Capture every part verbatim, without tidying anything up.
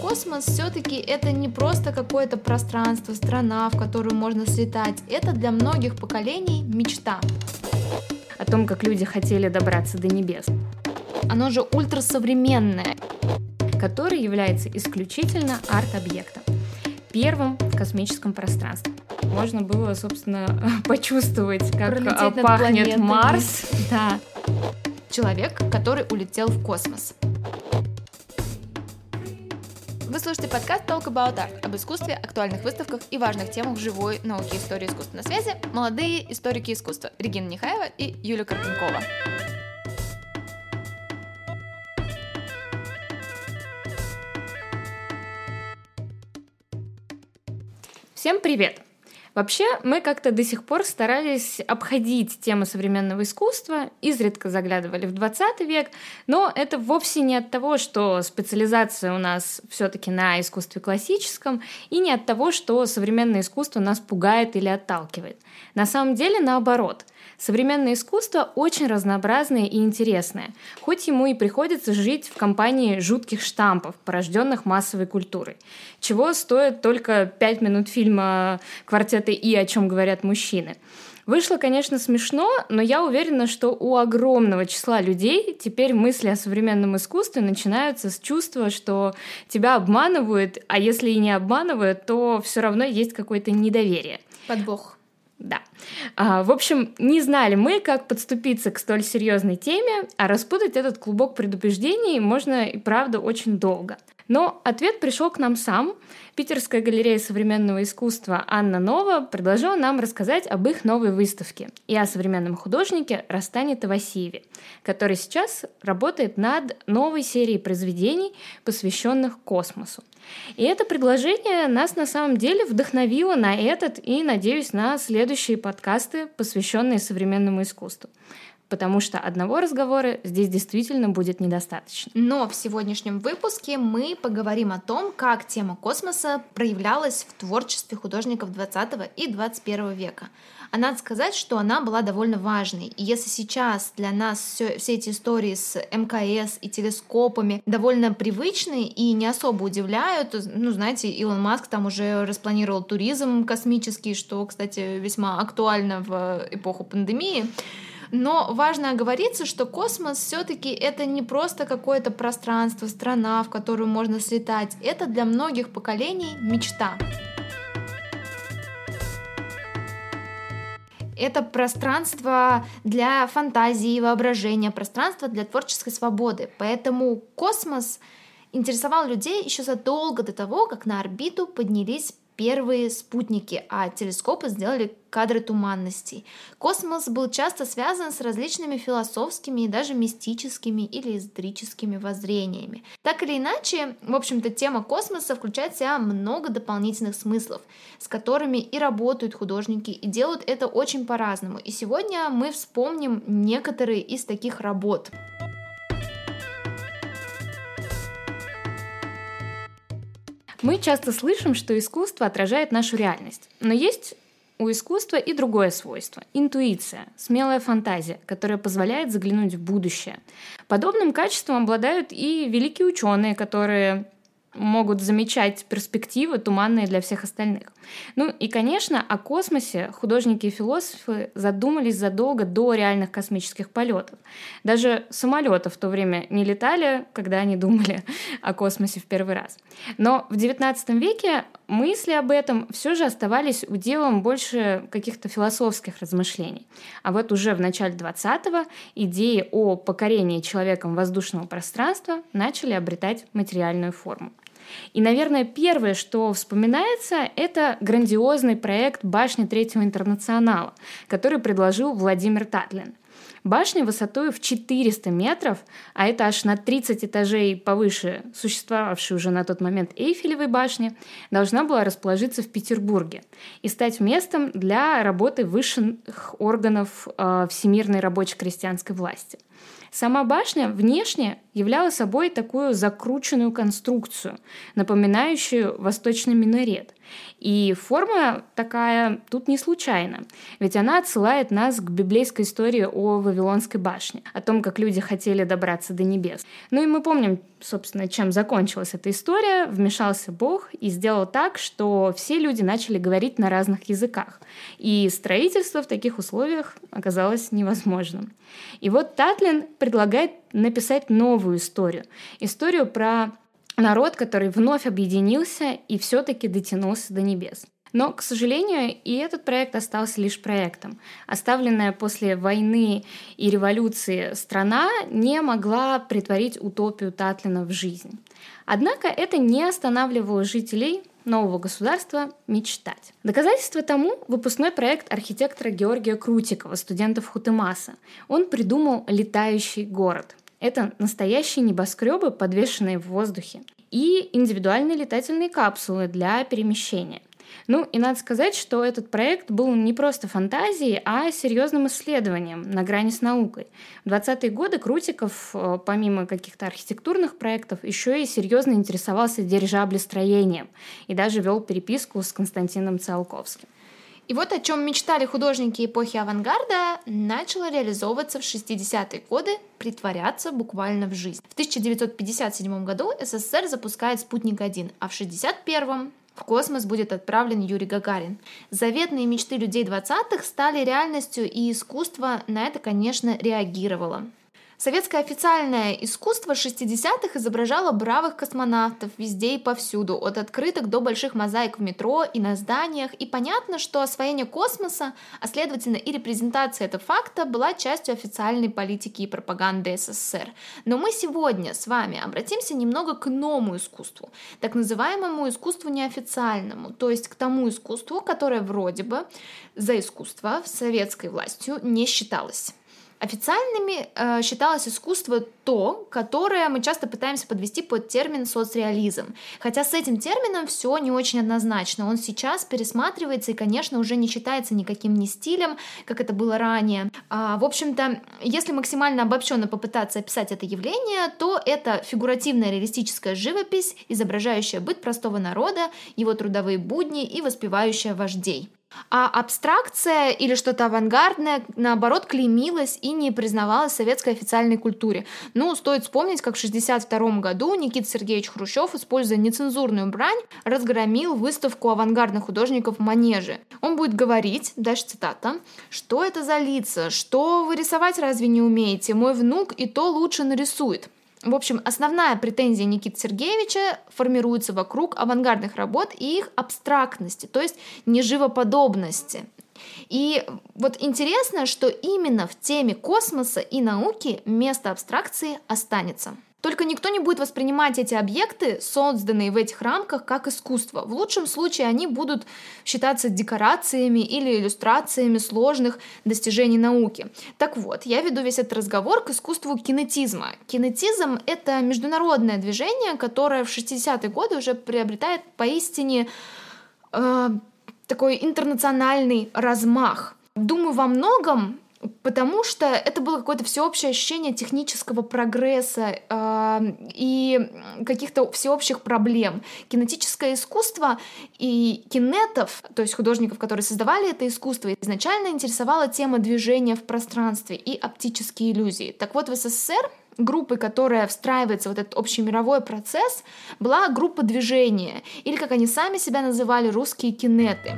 космос все-таки это не просто какое-то пространство, страна, в которую можно слетать. Это для многих поколений мечта. О том, как люди хотели добраться до небес. Оно же ультрасовременное. Который является исключительно арт-объектом. Первым в космическом пространстве. Можно было, собственно, почувствовать, как Пролететь пахнет Марс. Да. Человек, который улетел в космос. Вы слушаете подкаст Talk About Art об искусстве, актуальных выставках и важных темах живой науки, истории искусства. На связи молодые историки искусства Регина Нехаева и Юлия Карпенкова. Всем привет! Вообще, мы как-то до сих пор старались обходить тему современного искусства, изредка заглядывали в двадцатый век, но это вовсе не от того, что специализация у нас все-таки на искусстве классическом, и не от того, что современное искусство нас пугает или отталкивает. На самом деле, наоборот. Современное искусство очень разнообразное и интересное, хоть ему и приходится жить в компании жутких штампов, порожденных массовой культурой, чего стоит только пять минут фильма «Квартета И. О чем говорят мужчины». Вышло, конечно, смешно, но я уверена, что у огромного числа людей теперь мысли о современном искусстве начинаются с чувства, что тебя обманывают, а если и не обманывают, то все равно есть какое-то недоверие. Подвох. Да. А, в общем, не знали мы, как подступиться к столь серьезной теме, а распутать этот клубок предубеждений можно и правда очень долго. Но ответ пришел к нам сам. Питерская галерея современного искусства «Анна Нова» предложила нам рассказать об их новой выставке и о современном художнике Растане Тавасиеве, который сейчас работает над новой серией произведений, посвященных космосу. И это предложение нас на самом деле вдохновило на этот и, надеюсь, на следующие подкасты, посвященные современному искусству. Потому что одного разговора здесь действительно будет недостаточно. Но в сегодняшнем выпуске мы поговорим о том, как тема космоса проявлялась в творчестве художников двадцатого и двадцать первого века. А надо сказать, что она была довольно важной. И если сейчас для нас все, все эти истории с эм ка эс и телескопами довольно привычны и не особо удивляют, ну, знаете, Илон Маск там уже распланировал туризм космический, что, кстати, весьма актуально в эпоху пандемии. Но важно оговориться, что космос все-таки это не просто какое-то пространство, страна, в которую можно слетать. Это для многих поколений мечта. Это пространство для фантазии и воображения, пространство для творческой свободы. Поэтому космос интересовал людей еще задолго до того, как на орбиту поднялись первые спутники, а телескопы сделали кадры туманностей. Космос был часто связан с различными философскими и даже мистическими или эзотерическими воззрениями. Так или иначе, в общем-то, тема космоса включает в себя много дополнительных смыслов, с которыми и работают художники, и делают это очень по-разному. И сегодня мы вспомним некоторые из таких работ. Мы часто слышим, что искусство отражает нашу реальность. Но есть у искусства и другое свойство – интуиция, смелая фантазия, которая позволяет заглянуть в будущее. Подобным качеством обладают и великие ученые, которые могут замечать перспективы, туманные для всех остальных. Ну и, конечно, о космосе художники и философы задумались задолго до реальных космических полетов. Даже самолеты в то время не летали, когда они думали о космосе в первый раз. Но в девятнадцатом веке мысли об этом все же оставались уделом больше каких-то философских размышлений. А вот уже в начале двадцатого идеи о покорении человеком воздушного пространства начали обретать материальную форму. И, наверное, первое, что вспоминается, это грандиозный проект «Башни Третьего Интернационала», который предложил Владимир Татлин. Башня высотой в четыреста метров, а это аж на тридцать этажей повыше существовавшей уже на тот момент Эйфелевой башни, должна была расположиться в Петербурге и стать местом для работы высших органов э, всемирной рабоче-крестьянской власти. Сама башня внешне являла собой такую закрученную конструкцию, напоминающую восточный минарет. И форма такая тут не случайна, ведь она отсылает нас к библейской истории о Вавилонской башне, о том, как люди хотели добраться до небес. Ну и мы помним, собственно, чем закончилась эта история. Вмешался Бог и сделал так, что все люди начали говорить на разных языках. И строительство в таких условиях оказалось невозможным. И вот Татлин предлагает написать новую историю. Историю про народ, который вновь объединился и все-таки дотянулся до небес. Но, к сожалению, и этот проект остался лишь проектом. Оставленная после войны и революции страна не могла претворить утопию Татлина в жизнь. Однако это не останавливало жителей нового государства мечтать. Доказательство тому — выпускной проект архитектора Георгия Крутикова, студентов Хутемаса. Он придумал летающий город. Это настоящие небоскребы, подвешенные в воздухе, и индивидуальные летательные капсулы для перемещения. Ну и надо сказать, что этот проект был не просто фантазией, а серьезным исследованием на грани с наукой. В двадцатые годы Крутиков, помимо каких-то архитектурных проектов, еще и серьезно интересовался дирижаблестроением и даже вел переписку с Константином Циолковским. И вот о чем мечтали художники эпохи авангарда, начало реализовываться в шестидесятые годы, притворяться буквально в жизнь. В тысяча девятьсот пятьдесят седьмом году СССР запускает «Спутник один», а в шестьдесят первом в космос будет отправлен Юрий Гагарин. Заветные мечты людей двадцатых стали реальностью, и искусство на это, конечно, реагировало. Советское официальное искусство шестидесятых изображало бравых космонавтов везде и повсюду, от открыток до больших мозаик в метро и на зданиях, и понятно, что освоение космоса, а следовательно и репрезентация этого факта, была частью официальной политики и пропаганды СССР. Но мы сегодня с вами обратимся немного к иному искусству, так называемому искусству неофициальному, то есть к тому искусству, которое вроде бы за искусство советской властью не считалось. Официальными э, считалось искусство то, которое мы часто пытаемся подвести под термин соцреализм. Хотя с этим термином все не очень однозначно. Он сейчас пересматривается и, конечно, уже не считается никаким не стилем, как это было ранее. А, в общем-то, если максимально обобщенно попытаться описать это явление, то это фигуративная реалистическая живопись, изображающая быт простого народа, его трудовые будни и воспевающая вождей. А абстракция или что-то авангардное, наоборот, клеймилась и не признавалась в советской официальной культуре. Ну, стоит вспомнить, как в шестьдесят втором году Никита Сергеевич Хрущев, используя нецензурную брань, разгромил выставку авангардных художников в Манеже. Он будет говорить, дальше цитата, «Что это за лица? Что вы рисовать разве не умеете? Мой внук и то лучше нарисует». В общем, основная претензия Никиты Сергеевича формируется вокруг авангардных работ и их абстрактности, то есть неживоподобности. И вот интересно, что именно в теме космоса и науки место абстракции останется. Только никто не будет воспринимать эти объекты, созданные в этих рамках, как искусство. В лучшем случае они будут считаться декорациями или иллюстрациями сложных достижений науки. Так вот, я веду весь этот разговор к искусству кинетизма. Кинетизм — это международное движение, которое в шестидесятые годы уже приобретает поистине э, такой интернациональный размах. Думаю, во многом потому что это было какое-то всеобщее ощущение технического прогресса э, и каких-то всеобщих проблем. Кинетическое искусство и кинетов, то есть художников, которые создавали это искусство, изначально интересовала тема движения в пространстве и оптические иллюзии. Так вот, в СССР группой, которая встраивается в этот общемировой процесс, была группа движения, или, как они сами себя называли, русские кинеты.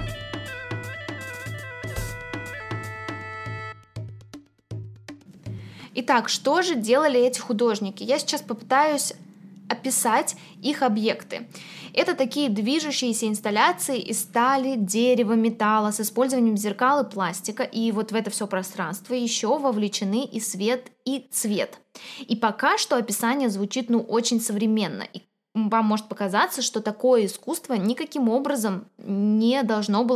Итак, что же делали эти художники? Я сейчас попытаюсь описать их объекты. Это такие движущиеся инсталляции из стали, дерева, металла с использованием зеркал и пластика. И вот в это все пространство еще вовлечены и свет, и цвет. И пока что описание звучит ну очень современно. И вам может показаться, что такое искусство никаким образом не должно было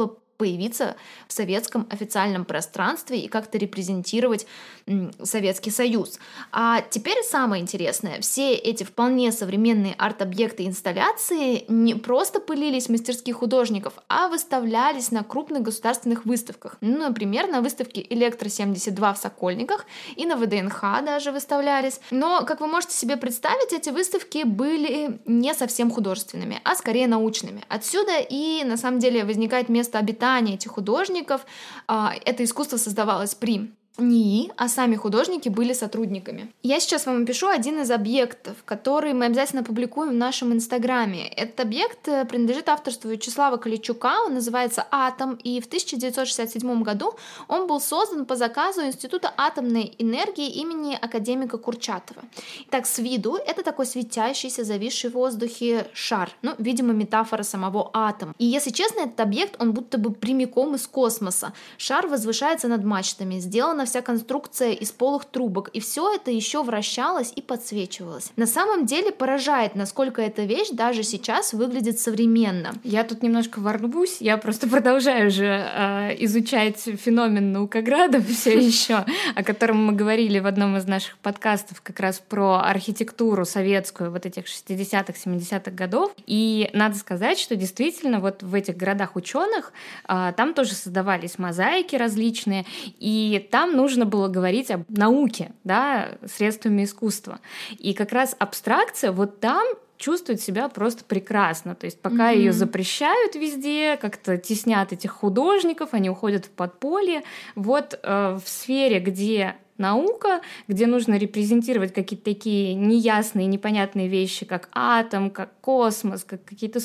появиться в советском официальном пространстве и как-то репрезентировать м, Советский Союз. А теперь самое интересное. Все эти вполне современные арт-объекты и инсталляции не просто пылились в мастерских художников, а выставлялись на крупных государственных выставках. Ну, например, на выставке «Электро семьдесят два» в Сокольниках и на вэ дэ эн ха даже выставлялись. Но, как вы можете себе представить, эти выставки были не совсем художественными, а скорее научными. Отсюда и, на самом деле, возникает место обитания этих художников. Это искусство создавалось при НИИ, а сами художники были сотрудниками. Я сейчас вам опишу один из объектов, который мы обязательно публикуем в нашем инстаграме. Этот объект принадлежит авторству Вячеслава Каличука, он называется «Атом», и в тысяча девятьсот шестьдесят седьмом году он был создан по заказу Института атомной энергии имени академика Курчатова. Итак, с виду это такой светящийся, зависший в воздухе шар, ну, видимо, метафора самого атома. И, если честно, этот объект, он будто бы прямиком из космоса. Шар возвышается над мачтами, сделана вся конструкция из полых трубок, и все это еще вращалось и подсвечивалось. На самом деле поражает, насколько эта вещь даже сейчас выглядит современно. Я тут немножко ворвусь, я просто продолжаю же э, изучать феномен наукограда все еще, о котором мы говорили в одном из наших подкастов, как раз про архитектуру советскую вот этих шестидесятых, семидесятых годов. И надо сказать, что действительно вот в этих городах ученых э, там тоже создавались мозаики различные, и там нужно было говорить об науке, да, средствами искусства. И как раз абстракция вот там чувствует себя просто прекрасно. То есть пока mm-hmm. ее запрещают везде, как-то теснят этих художников, они уходят в подполье. Вот э, в сфере, где наука, где нужно репрезентировать какие-то такие неясные, непонятные вещи, как атом, как космос, как какие-то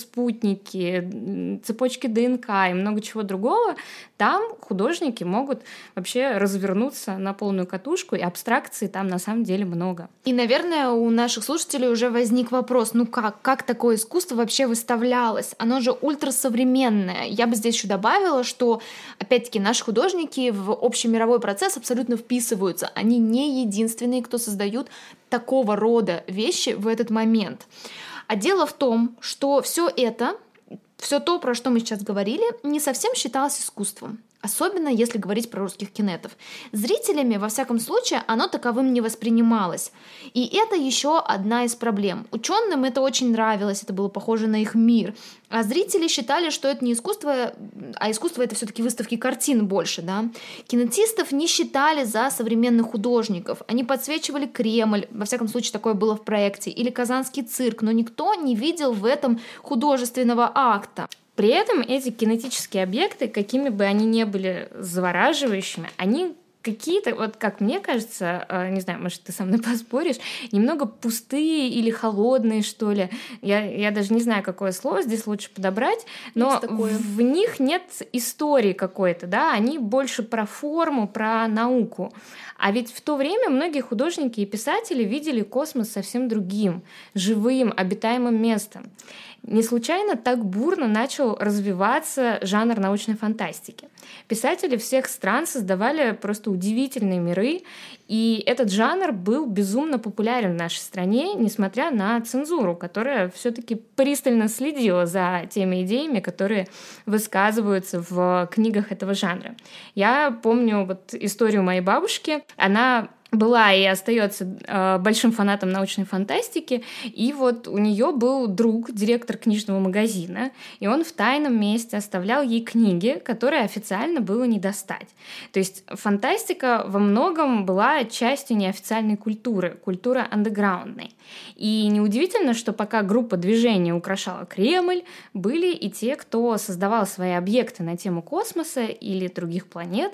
спутники, цепочки дэ эн ка и много чего другого, там художники могут вообще развернуться на полную катушку, и абстракции там на самом деле много. И, наверное, у наших слушателей уже возник вопрос, ну как, как такое искусство вообще выставлялось? Оно же ультрасовременное. Я бы здесь еще добавила, что, опять-таки, наши художники в общемировой процесс абсолютно вписываются. Они не единственные, кто создают такого рода вещи в этот момент. А дело в том, что все это, все то, про что мы сейчас говорили, не совсем считалось искусством. Особенно если говорить про русских кинетов. Зрителями, во всяком случае, оно таковым не воспринималось. И это еще одна из проблем. Ученым это очень нравилось, это было похоже на их мир. А зрители считали, что это не искусство, а искусство — это все-таки выставки картин больше, да. Кинетистов не считали за современных художников. Они подсвечивали Кремль, во всяком случае, такое было в проекте, или Казанский цирк, но никто не видел в этом художественного акта. При этом эти кинетические объекты, какими бы они ни были завораживающими, они какие-то, вот как мне кажется, не знаю, может, ты со мной поспоришь, немного пустые или холодные, что ли. Я, я даже не знаю, какое слово здесь лучше подобрать, но в них нет истории какой-то, да, они больше про форму, про науку. А ведь в то время многие художники и писатели видели космос совсем другим, живым, обитаемым местом. Не случайно так бурно начал развиваться жанр научной фантастики. Писатели всех стран создавали просто удивительные миры, и этот жанр был безумно популярен в нашей стране, несмотря на цензуру, которая все-таки пристально следила за теми идеями, которые высказываются в книгах этого жанра. Я помню вот историю моей бабушки. Она была и остается э, большим фанатом научной фантастики, и вот у нее был друг, директор книжного магазина, и он в тайном месте оставлял ей книги, которые официально было не достать. То есть фантастика во многом была частью неофициальной культуры, культуры андеграундной. И неудивительно, что пока группа движения украшала Кремль, были и те, кто создавал свои объекты на тему космоса или других планет,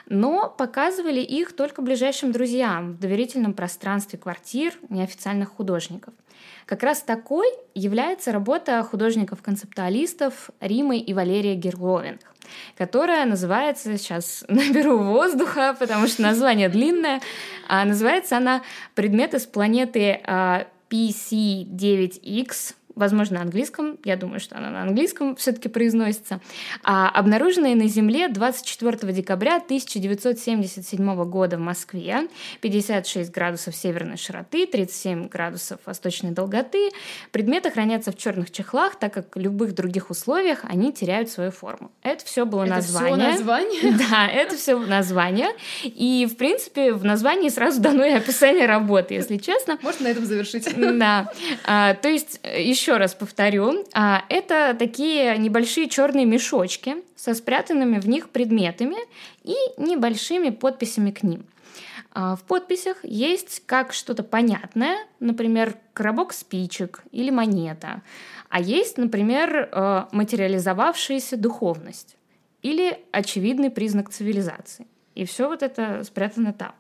но показывали их только ближайшим друзьям в доверительном пространстве квартир неофициальных художников. Как раз такой является работа художников-концептуалистов Римы и Валерия Герловинг, которая называется, сейчас наберу воздуха, потому что название длинное, а называется она «Предметы с планеты пи си девять икс», возможно, на английском, я думаю, что она на английском все-таки произносится, а, обнаруженные на Земле двадцать четвёртого декабря тысяча девятьсот семьдесят седьмого года в Москве, пятьдесят шесть градусов северной широты, тридцать семь градусов восточной долготы. Предметы хранятся в черных чехлах, так как в любых других условиях они теряют свою форму. Это все было это название. Это все название? Да, это все название. И, в принципе, в названии сразу дано и описание работы, если честно. Можно на этом завершить. Да. А, то есть, еще раз повторю, а, это такие небольшие черные мешочки со спрятанными в них предметами и небольшими подписями к ним. А, в подписях есть как что-то понятное, например, коробок спичек или монета, а есть, например, материализовавшаяся духовность или очевидный признак цивилизации. И все вот это спрятано там.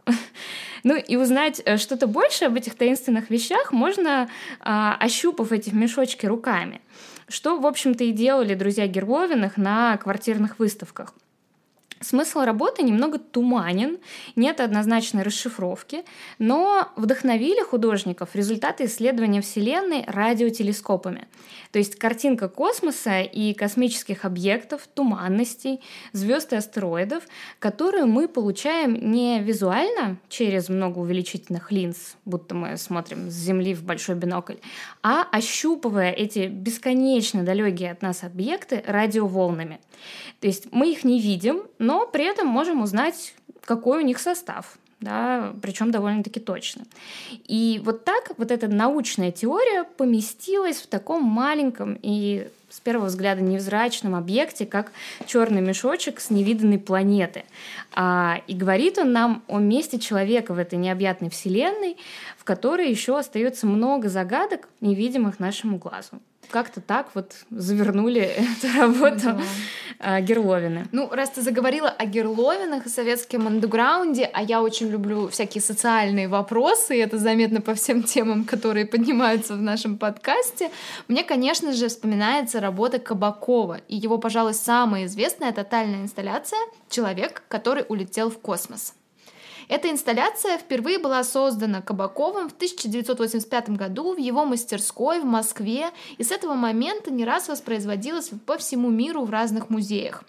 Ну и узнать что-то больше об этих таинственных вещах можно, а, ощупав эти мешочки руками, что, в общем-то, и делали друзья Герловиных на квартирных выставках. Смысл работы немного туманен, нет однозначной расшифровки, но вдохновили художников результаты исследования Вселенной радиотелескопами. То есть картинка космоса и космических объектов, туманностей, звезд и астероидов, которую мы получаем не визуально через много увеличительных линз, будто мы смотрим с Земли в большой бинокль, а ощупывая эти бесконечно далекие от нас объекты радиоволнами. То есть мы их не видим, но при этом можем узнать, какой у них состав, да, причем довольно-таки точно. И вот так вот эта научная теория поместилась в таком маленьком и с первого взгляда невзрачном объекте, как черный мешочек с невиданной планеты. А, и говорит он нам о месте человека в этой необъятной вселенной, в которой еще остается много загадок, невидимых нашему глазу. Как-то так вот завернули эту работу да. Герловины. Ну, раз ты заговорила о Герловинах и советском андеграунде, а я очень люблю всякие социальные вопросы, и это заметно по всем темам, которые поднимаются в нашем подкасте, мне, конечно же, вспоминается работа Кабакова и его, пожалуй, самая известная тотальная инсталляция «Человек, который улетел в космос». Эта инсталляция впервые была создана Кабаковым в тысяча девятьсот восемьдесят пятом году в его мастерской в Москве и с этого момента не раз воспроизводилась по всему миру в разных музеях.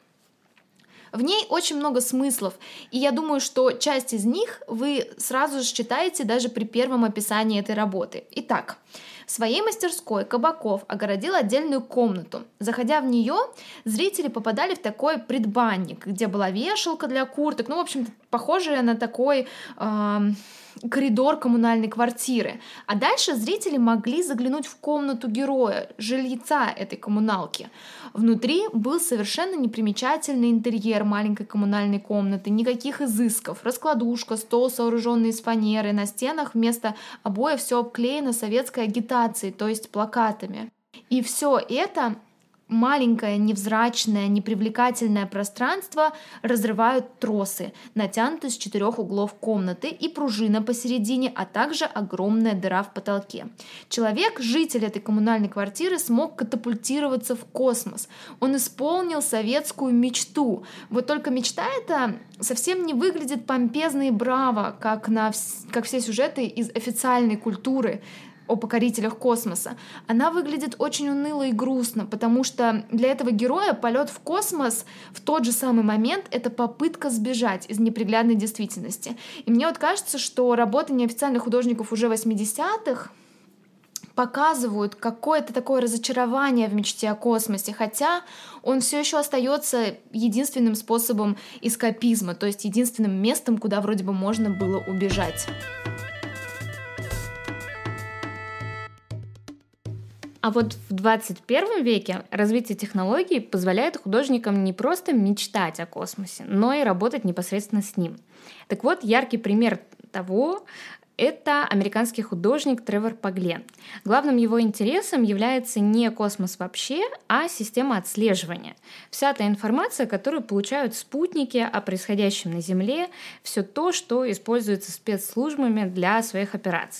В ней очень много смыслов, и я думаю, что часть из них вы сразу же читаете даже при первом описании этой работы. Итак, в своей мастерской Кабаков огородил отдельную комнату. Заходя в нее, зрители попадали в такой предбанник, где была вешалка для курток, ну, в общем-то, похожая на такой э, коридор коммунальной квартиры. А дальше зрители могли заглянуть в комнату героя, жильца этой коммуналки. Внутри был совершенно непримечательный интерьер маленькой коммунальной комнаты, никаких изысков, раскладушка, стол, сооруженный из фанеры, на стенах вместо обоев все обклеено советской агитацией, то есть плакатами. И все это маленькое, невзрачное, непривлекательное пространство разрывают тросы, натянутые с четырех углов комнаты, и пружина посередине, а также огромная дыра в потолке. Человек, житель этой коммунальной квартиры, смог катапультироваться в космос. Он исполнил советскую мечту. Вот только мечта эта совсем не выглядит помпезно и браво, как, на, как все сюжеты из официальной культуры о покорителях космоса. Она выглядит очень уныло и грустно, потому что для этого героя полет в космос в тот же самый момент — это попытка сбежать из неприглядной действительности. И мне вот кажется, что работы неофициальных художников уже восьмидесятых показывают какое-то такое разочарование в мечте о космосе, хотя он все еще остается единственным способом эскапизма, то есть единственным местом, куда вроде бы можно было убежать. А вот в двадцать первом веке развитие технологий позволяет художникам не просто мечтать о космосе, но и работать непосредственно с ним. Так вот, яркий пример того — это американский художник Тревор Паглен. Главным его интересом является не космос вообще, а система отслеживания. Вся та информация, которую получают спутники о происходящем на Земле, все то, что используется спецслужбами для своих операций.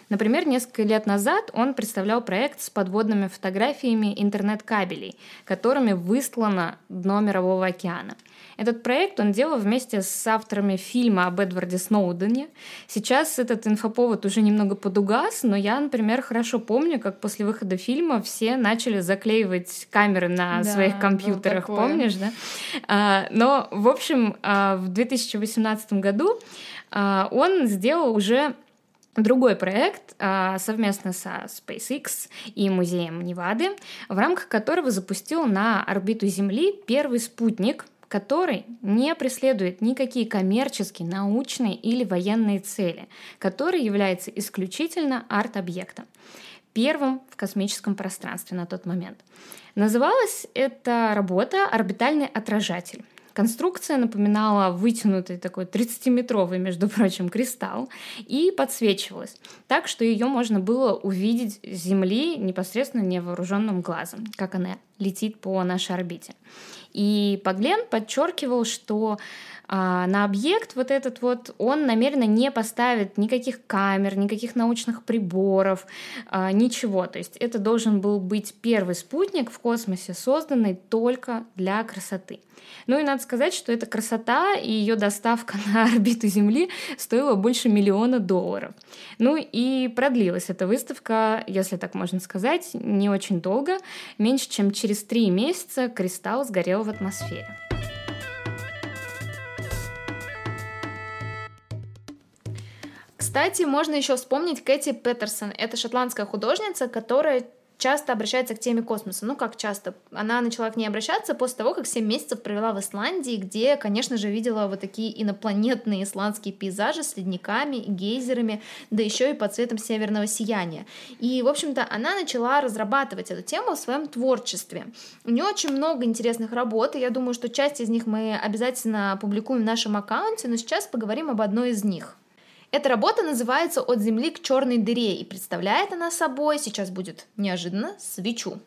Например, несколько лет назад он представлял проект с подводными фотографиями интернет-кабелей, которыми выслано дно Мирового океана. Этот проект он делал вместе с авторами фильма об Эдварде Сноудене. Сейчас этот инфоповод уже немного подугас, но я, например, хорошо помню, как после выхода фильма все начали заклеивать камеры на Да, своих компьютерах, помнишь, да? А, но, в общем, а, в две тысячи восемнадцатом году а, он сделал уже другой проект а, совместно со SpaceX и Музеем Невады, в рамках которого запустил на орбиту Земли первый спутник, который не преследует никакие коммерческие, научные или военные цели, который является исключительно арт-объектом, первым в космическом пространстве на тот момент. Называлась эта работа «Орбитальный отражатель». Конструкция напоминала вытянутый такой тридцатиметровый, между прочим, кристалл и подсвечивалась так, что ее можно было увидеть с Земли непосредственно невооруженным глазом, как она летит по нашей орбите. И Паглен подчеркивал, что а, на объект вот этот вот он намеренно не поставит никаких камер, никаких научных приборов, а, ничего. То есть это должен был быть первый спутник в космосе, созданный только для красоты. Ну и надо сказать, что эта красота и ее доставка на орбиту Земли стоила больше миллиона долларов. Ну и продлилась эта выставка, если так можно сказать, не очень долго. Меньше чем через три месяца кристалл сгорел в атмосфере. Кстати, можно еще вспомнить Кэти Петерсон. Это шотландская художница, которая часто обращается к теме космоса. Ну, как часто? Она начала к ней обращаться после того, как семь месяцев провела в Исландии, где, конечно же, видела вот такие инопланетные исландские пейзажи с ледниками и гейзерами, да еще и под цветом северного сияния. И, в общем-то, она начала разрабатывать эту тему в своем творчестве. У нее очень много интересных работ, и я думаю, что часть из них мы обязательно опубликуем в нашем аккаунте, но сейчас поговорим об одной из них. Эта работа называется «От Земли к черной дыре», и представляет она собой, сейчас будет неожиданно, свечу.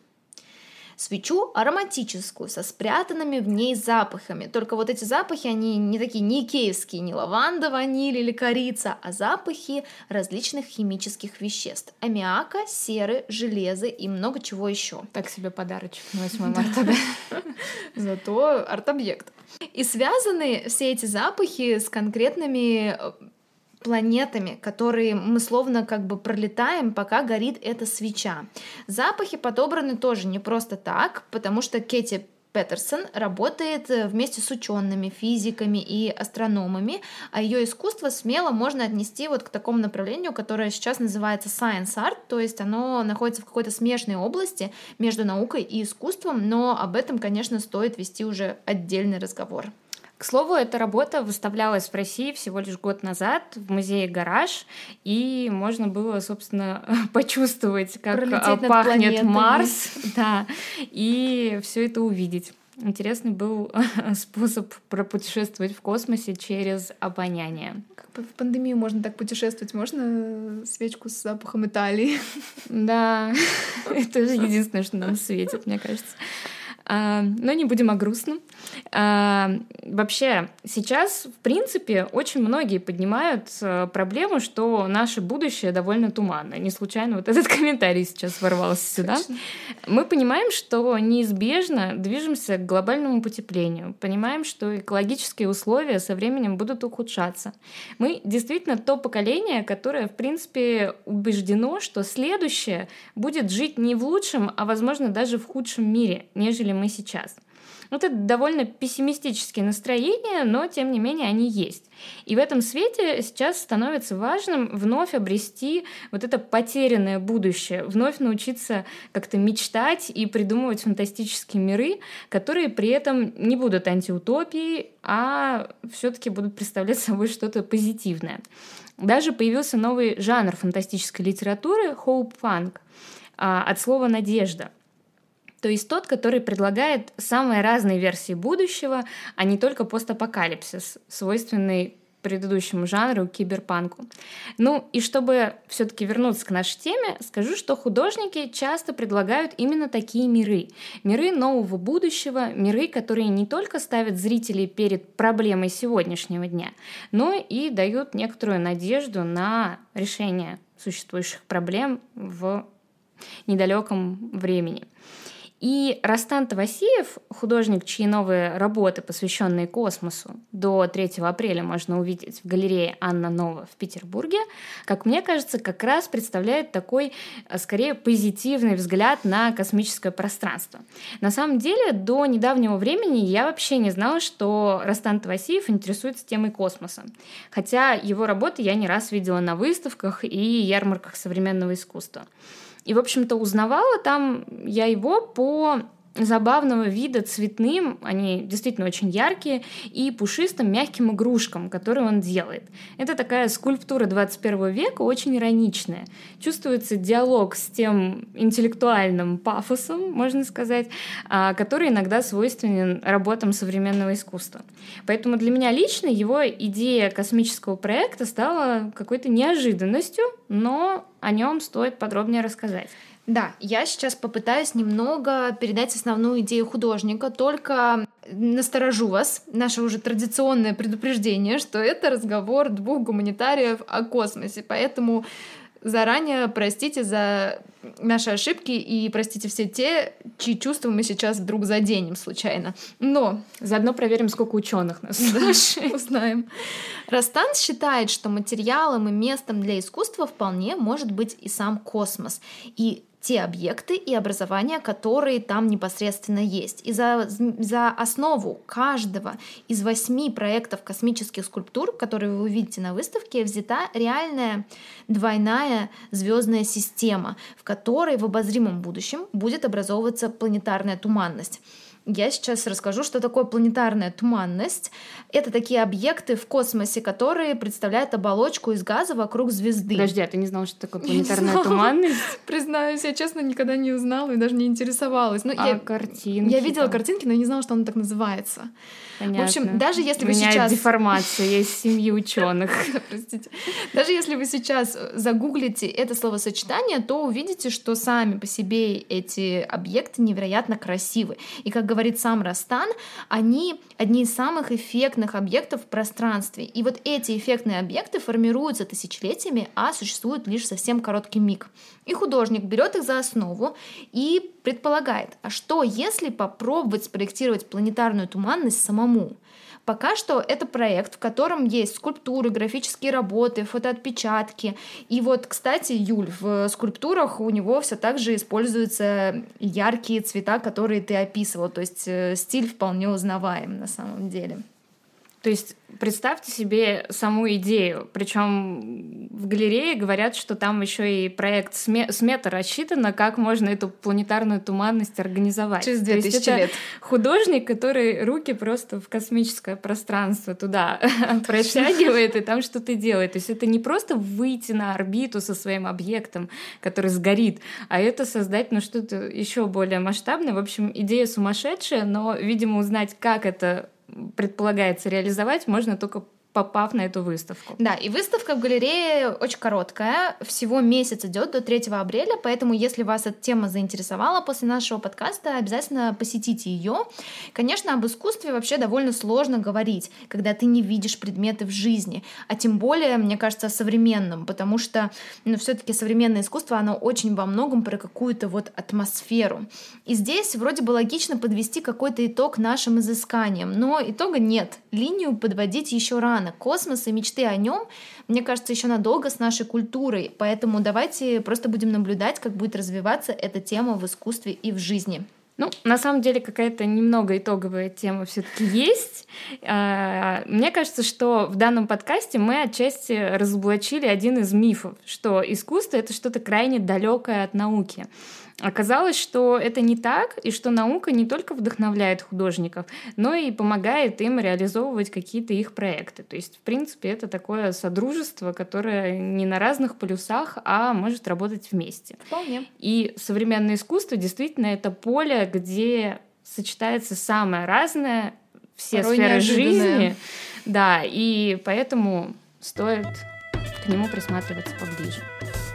Свечу ароматическую, со спрятанными в ней запахами. Только вот эти запахи, они не такие, не икеевские, не лаванда, ваниль или корица, а запахи различных химических веществ. Аммиака, серы, железа и много чего еще. Так себе подарочек на восьмое марта, да? Зато арт-объект. И связаны все эти запахи с конкретными планетами, которые мы словно как бы пролетаем, пока горит эта свеча. Запахи подобраны тоже не просто так, потому что Кэти Петерсон работает вместе с учеными, физиками и астрономами, а ее искусство смело можно отнести вот к такому направлению, которое сейчас называется science art, то есть оно находится в какой-то смежной области между наукой и искусством, но об этом, конечно, стоит вести уже отдельный разговор. К слову, эта работа выставлялась в России всего лишь год назад в музее «Гараж», и можно было, собственно, почувствовать, как Пролететь пахнет Марс, да, и все это увидеть. Интересный был способ пропутешествовать в космосе через обоняние. Как бы в пандемию можно так путешествовать? Можно свечку с запахом Италии? Да, это же единственное, что нам светит, мне кажется. А, но не будем о грустном. А, вообще, сейчас, в принципе, очень многие поднимают проблему, что наше будущее довольно туманно. Не случайно вот этот комментарий сейчас ворвался сюда. Точно. Мы понимаем, что неизбежно движемся к глобальному потеплению. Понимаем, что экологические условия со временем будут ухудшаться. Мы действительно то поколение, которое, в принципе, убеждено, что следующее будет жить не в лучшем, а, возможно, даже в худшем мире, нежели мы сейчас. Вот это довольно пессимистические настроения, но, тем не менее, они есть. И в этом свете сейчас становится важным вновь обрести вот это потерянное будущее, вновь научиться как-то мечтать и придумывать фантастические миры, которые при этом не будут антиутопией, а все-таки будут представлять собой что-то позитивное. Даже появился новый жанр фантастической литературы — hope-punk, от слова «надежда». То есть тот, который предлагает самые разные версии будущего, а не только постапокалипсис, свойственный предыдущему жанру, киберпанку. Ну и чтобы все-таки вернуться к нашей теме, скажу, что художники часто предлагают именно такие миры. Миры нового будущего, миры, которые не только ставят зрителей перед проблемой сегодняшнего дня, но и дают некоторую надежду на решение существующих проблем в недалеком времени. И Растан Тавасиев, художник, чьи новые работы, посвященные космосу, до третьего апреля можно увидеть в галерее Анна Нова в Петербурге, как мне кажется, как раз представляет такой, скорее, позитивный взгляд на космическое пространство. На самом деле, до недавнего времени я вообще не знала, что Растан Тавасиев интересуется темой космоса. Хотя его работы я не раз видела на выставках и ярмарках современного искусства. И, в общем-то, узнавала там я его по забавного вида цветным, они действительно очень яркие, и пушистым мягким игрушкам, которые он делает. Это такая скульптура двадцать первого века, очень ироничная. Чувствуется диалог с тем интеллектуальным пафосом, можно сказать, который иногда свойственен работам современного искусства. Поэтому для меня лично его идея космического проекта стала какой-то неожиданностью, но о нем стоит подробнее рассказать. Да, я сейчас попытаюсь немного передать основную идею художника, только насторожу вас, наше уже традиционное предупреждение, что это разговор двух гуманитариев о космосе, поэтому заранее простите за наши ошибки и простите все те, чьи чувства мы сейчас вдруг заденем случайно. Но заодно проверим, сколько ученых нас слушает. Узнаем. Растан считает, что материалом и местом для искусства вполне может быть и сам космос, и те объекты и образования, которые там непосредственно есть. И за, за основу каждого из восьми проектов космических скульптур, которые вы увидите на выставке, взята реальная двойная звездная система, в которой в обозримом будущем будет образовываться планетарная туманность. Я сейчас расскажу, что такое планетарная туманность. Это такие объекты в космосе, которые представляют оболочку из газа вокруг звезды. Подожди, а ты не знала, что такое планетарная туманность? Признаюсь, я честно никогда не узнала и даже не интересовалась. Ну, а я, картинки? Я видела картинки, но я не знала, что оно так называется. Понятно. В общем, даже если У вы меня сейчас... деформация, я из семьи ученых. Простите. Даже если вы сейчас загуглите это словосочетание, то увидите, что сами по себе эти объекты невероятно красивы. И, как говорит сам Растан, они одни из самых эффектных объектов в пространстве. И вот эти эффектные объекты формируются тысячелетиями, а существуют лишь совсем короткий миг. И художник берет их за основу и предполагает, а что, если попробовать спроектировать планетарную туманность самому? Пока что это проект, в котором есть скульптуры, графические работы, фотоотпечатки. И вот, кстати, Юль, в скульптурах у него все так же используются яркие цвета, которые ты описывал. То есть стиль вполне узнаваем на самом деле. То есть представьте себе саму идею. Причем в галерее говорят, что там еще и проект смета рассчитана, как можно эту планетарную туманность организовать. Через две тысячи лет. Художник, который руки просто в космическое пространство туда протягивает и там что-то делает. То есть это не просто выйти на орбиту со своим объектом, который сгорит, а это создать ну, что-то еще более масштабное. В общем, идея сумасшедшая, но, видимо, узнать, как это предполагается реализовать, можно только попав на эту выставку. Да, и выставка в галерее очень короткая, всего месяц идет до третьего апреля, поэтому если вас эта тема заинтересовала после нашего подкаста, обязательно посетите ее. Конечно, об искусстве вообще довольно сложно говорить, когда ты не видишь предметы в жизни, а тем более, мне кажется, о современном, потому что ну, все-таки современное искусство, оно очень во многом про какую-то вот атмосферу. И здесь вроде бы логично подвести какой-то итог нашим изысканиям, но итога нет, линию подводить еще рано. Космос и мечты о нем, мне кажется, еще надолго с нашей культурой, поэтому давайте просто будем наблюдать, как будет развиваться эта тема в искусстве и в жизни. Ну, на самом деле, какая-то немного итоговая тема все-таки есть. Мне кажется, что в данном подкасте мы отчасти разоблачили один из мифов, что искусство — это что-то крайне далекое от науки. Оказалось, что это не так, и что наука не только вдохновляет художников, но и помогает им реализовывать какие-то их проекты. То есть, в принципе, это такое содружество, которое не на разных полюсах, а может работать вместе. Вполне. И современное искусство действительно это поле, где сочетается самое разное, все порой сферы неожиданное. Жизни. Да, и поэтому стоит к нему присматриваться поближе.